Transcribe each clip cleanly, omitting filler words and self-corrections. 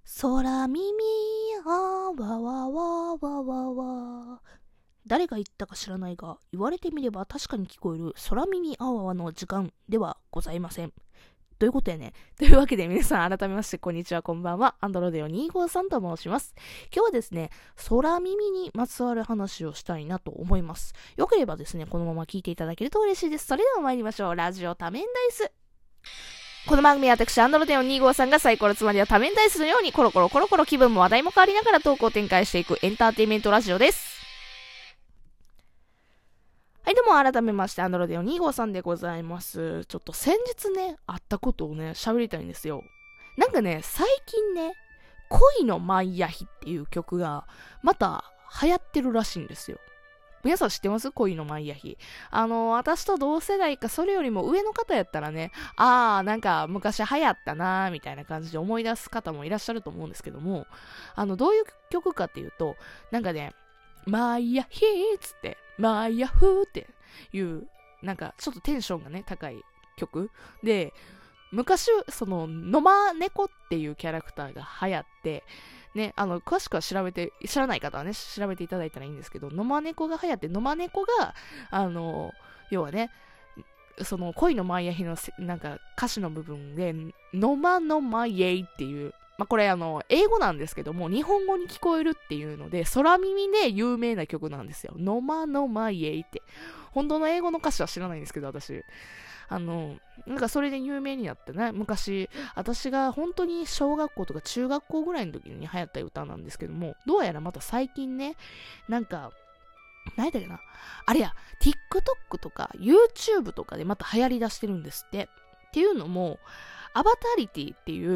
空耳あわわわわわわ。誰が言ったか知らないが、言われてみれば確かに聞こえる空耳あわわの時間ではございません。どういうことやね。というわけで皆さん改めましてこんにちは、こんばんは。アンドロデオ253と申します。今日はですね、空耳にまつわる話をしたいなと思います。よければですね、このまま聞いていただけると嬉しいです。それでは参りましょう。ラジオ多面ダイス。この番組は私、アンドロデオン253がサイコロつまりは多面ダイスのようにコロコロ気分も話題も変わりながらトークを展開していくエンターテインメントラジオです。はい、どうも改めまして、アンドロデオン253でございます。ちょっと先日ね、あったことをね、喋りたいんですよ。なんかね、最近ね、恋のマイヤヒっていう曲がまた流行ってるらしいんですよ。皆さん知ってます？恋のマイヤヒ。私と同世代かそれよりも上の方やったらね、なんか昔流行ったなーみたいな感じで思い出す方もいらっしゃると思うんですけども、どういう曲かっていうと、なんかね、マイヤヒーっつって、マイヤフーっていう、なんかちょっとテンションがね、高い曲で、昔、その、ノマネコっていうキャラクターが流行って、ね、詳しくは知らない方はね、調べていただいたらいいんですけど、ノマネコが流行って、ノマネコが、要はね、その恋のマイヤヒのなんか歌詞の部分で、ノマノマイエイっていう、これ英語なんですけども、日本語に聞こえるっていうので、空耳で有名な曲なんですよ。ノマノマイエイって。本当の英語の歌詞は知らないんですけど、私。なんかそれで有名になってね、昔、私が本当に小学校とか中学校ぐらいの時に流行った歌なんですけども、どうやらまた最近ね、なんか、何だっけな、あれや、TikTok とか YouTube とかでまた流行り出してるんですって。っていうのも、アバタリティっていう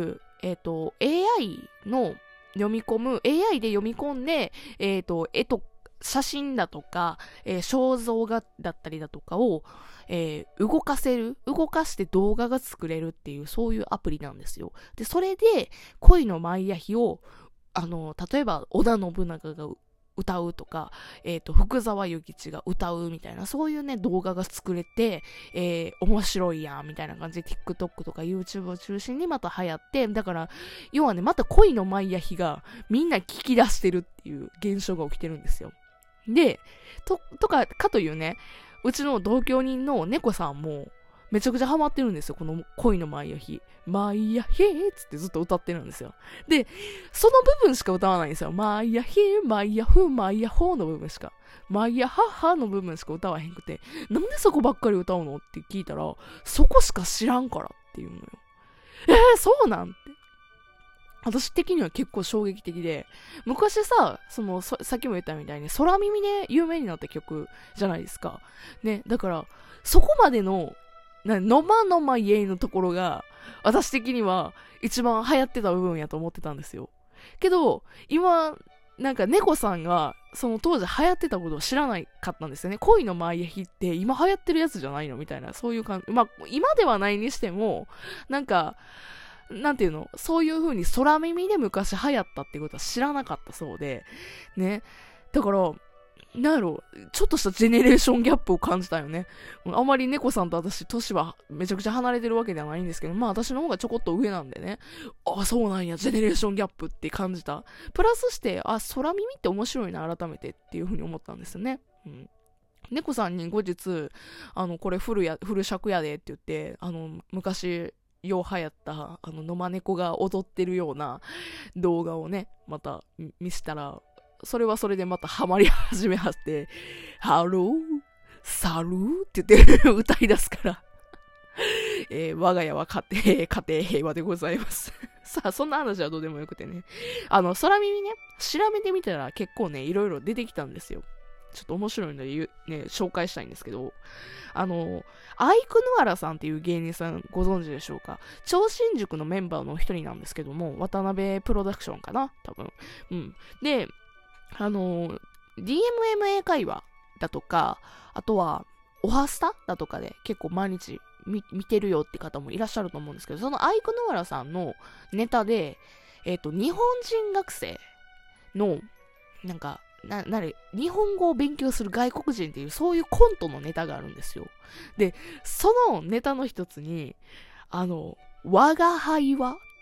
、AI の読み込む、AI で読み込んで、絵と写真だとか、肖像画だったりだとかを、動かして動画が作れるっていう、そういうアプリなんですよ。で、それで、恋のマイヤヒを、例えば、織田信長が歌うとか、福沢諭吉が歌うみたいな、そういうね、動画が作れて、面白いやん、みたいな感じで TikTok とか YouTube を中心にまた流行って、だから、要はね、また恋のマイヤヒがみんな聞き出してるっていう現象が起きてるんですよ。で、かというね、うちの同居人の猫さんも、めちゃくちゃハマってるんですよ。この恋のマイヤヒ。マイヤヒーっつってずっと歌ってるんですよ。で、その部分しか歌わないんですよ。マイヤヒー、マイヤフー、マイヤホーの部分しか。マイヤハッハの部分しか歌わへんくて、なんでそこばっかり歌うのって聞いたら、そこしか知らんからっていうのよ。そうなんって。私的には結構衝撃的で、昔さっきも言ったみたいに空耳で有名になった曲じゃないですか。ね、だから、そこまでの、ノマノマイエイのところが、私的には一番流行ってた部分やと思ってたんですよ。けど、今、なんか猫さんが、その当時流行ってたことを知らないかったんですよね。恋のマイヤヒって今流行ってるやつじゃないのみたいな、そういう感じ。今ではないにしても、なんか、なんていうの、そういう風に空耳で昔流行ったってことは知らなかったそうで、ね。だから、なんやろ、ちょっとしたジェネレーションギャップを感じたよね。あまり猫さんと私、年はめちゃくちゃ離れてるわけではないんですけど、私の方がちょこっと上なんでね。そうなんや、ジェネレーションギャップって感じた。プラスして、空耳って面白いな、改めてっていう風に思ったんですよね。うん。猫さんに後日、これフル尺やでって言って、昔、よう流行った野間猫が踊ってるような動画をねまた見せたら、それはそれでまたハマり始めはってハローサルーって言って歌い出すから我が家は家庭平和でございますさあ、そんな話はどうでもよくてね、空耳ね調べてみたら結構ねいろいろ出てきたんですよ。ちょっと面白いのでね、紹介したいんですけど、アイクヌアラさんっていう芸人さんご存知でしょうか。超新塾のメンバーの一人なんですけども、渡辺プロダクションかな多分。うん。で、DMMA 会話だとか、あとは、オハスタだとかで結構毎日見てるよって方もいらっしゃると思うんですけど、そのアイクヌアラさんのネタで、日本人学生の、なんか、日本語を勉強する外国人っていうそういうコントのネタがあるんですよ。で、そのネタの一つに、我が輩はっ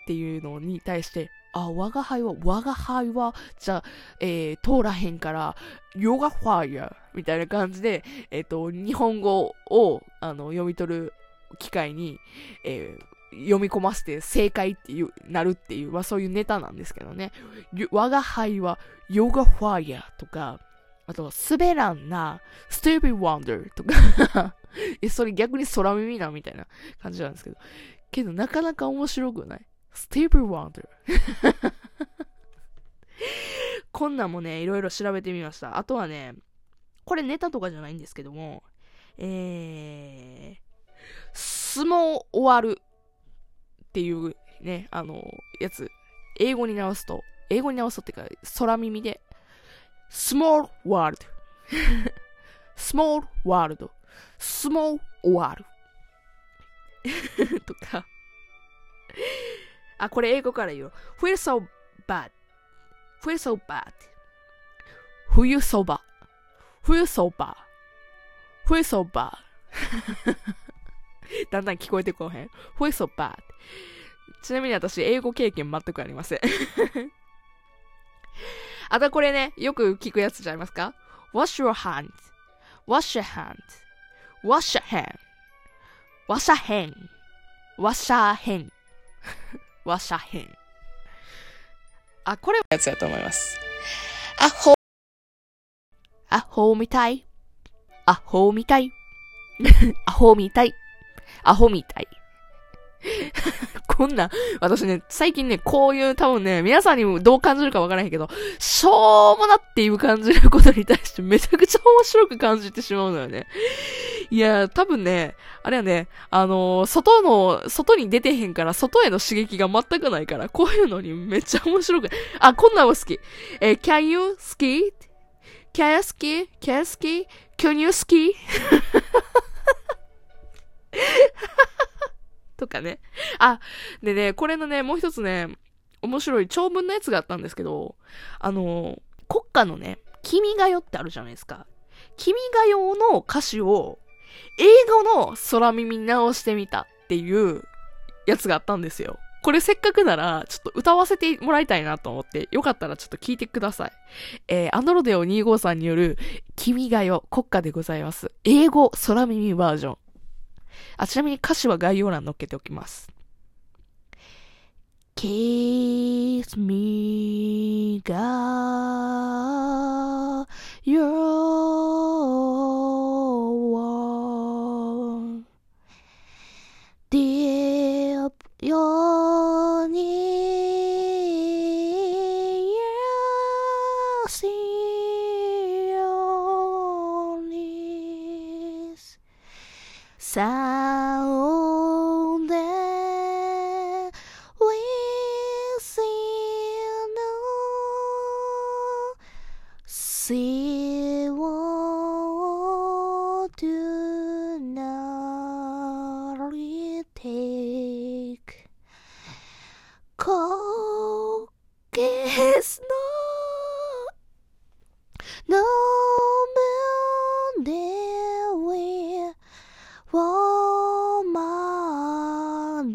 っていうのに対して、我が輩は、じゃあ、通らへんから、ヨガファイヤーみたいな感じで、日本語を、読み取る機会に、読み込ませて正解っていう、なるっていう、そういうネタなんですけどね。我が輩は、ヨガファイヤーとか、あと、滑らんな、ステービーワンダーとか、それ逆に空耳なみたいな感じなんですけど、なかなか面白くない？スティーブ・ワンダー。こんなんもね、いろいろ調べてみました。あとはね、これネタとかじゃないんですけども、相撲終わるっていうね、やつ、英語に直すとっていうか、空耳で、small world small world 相撲終わるとか、これ英語から言う。Feel so bad. Feel so bad. 冬そば。冬そば。冬そば。だんだん聞こえてこへん。Feel so bad. ちなみに私、英語経験全くありません。あとこれね、よく聞くやつじゃありますか？ Wash your hand. Wash your hand. Wash your hand. Wash your hand. Wash your hand. わしゃへん。これやつやと思います。アホみたい。アホみたい。アホみたい。アホみたい。こんな、私ね、最近ね、こういう多分ね、皆さんにもどう感じるかわからへんけど、しょうもなっていう感じることに対してめちゃくちゃ面白く感じてしまうのよね。いや、多分ね、あれはね、外に出てへんから、外への刺激が全くないから、こういうのにめっちゃ面白く、こんなんも好き。can you ski? Can you ski? Can you ski? Can you ski? とかね。でね、これのね、もう一つね、面白い長文のやつがあったんですけど、国歌のね、君が代ってあるじゃないですか。君が代の歌詞を、英語の空耳に直してみたっていうやつがあったんですよ。これせっかくなら、ちょっと歌わせてもらいたいなと思って、よかったらちょっと聞いてください。アンドロデオ253による、君が代国歌でございます。英語空耳バージョン。ちなみに歌詞は概要欄に載っけておきます。Kiss me, God, your one. Dip your knees in your knees. Sound that we see what do not retake. Cock is no man there we woman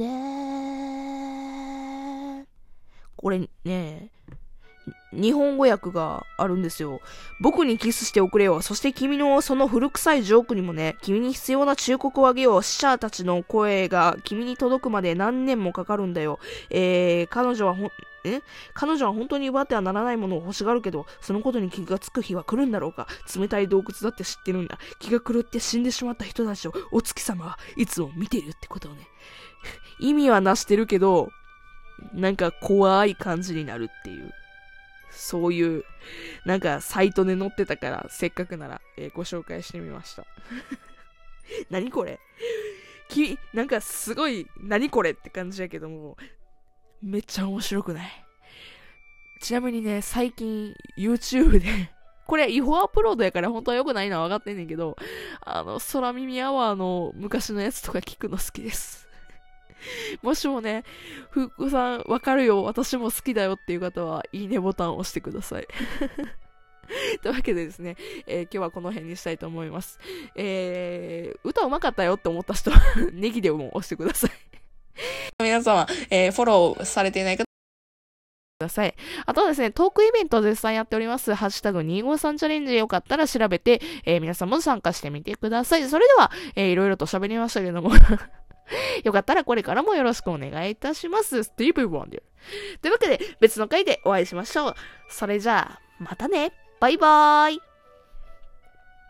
there. これね、日本語訳があるんですよ。僕にキスしておくれよ。そして君のその古臭いジョークにもね、君に必要な忠告をあげよう。死者たちの声が君に届くまで何年もかかるんだよ。彼女は本当に奪ってはならないものを欲しがるけど、そのことに気がつく日は来るんだろうか。冷たい洞窟だって知ってるんだ。気が狂って死んでしまった人たちをお月様はいつも見ているってことをね。意味はなしてるけど、なんか怖い感じになるっていう。そういう、なんかサイトで載ってたから、せっかくなら、ご紹介してみました。何これ？なんかすごい、何これって感じやけども、めっちゃ面白くない？ちなみにね、最近 YouTube で、これ違法アップロードやから本当は良くないのは分かってんねんけど、空耳アワーの昔のやつとか聞くの好きです。もしもね、ふっこさんわかるよ、私も好きだよっていう方は、いいねボタンを押してください。というわけでですね、今日はこの辺にしたいと思います。歌うまかったよって思った人は、ネギでも押してください。 皆様、フォローされていない方、 ください。あとはですね、トークイベント絶賛やっております。ハッシュタグ253チャレンジよかったら調べて、皆さんも参加してみてください。それでは、いろいろと喋りましたけどもよかったらこれからもよろしくお願いいたします。スティーブ・ワンダー。というわけで、別の回でお会いしましょう。それじゃあ、またね。バイバーイ。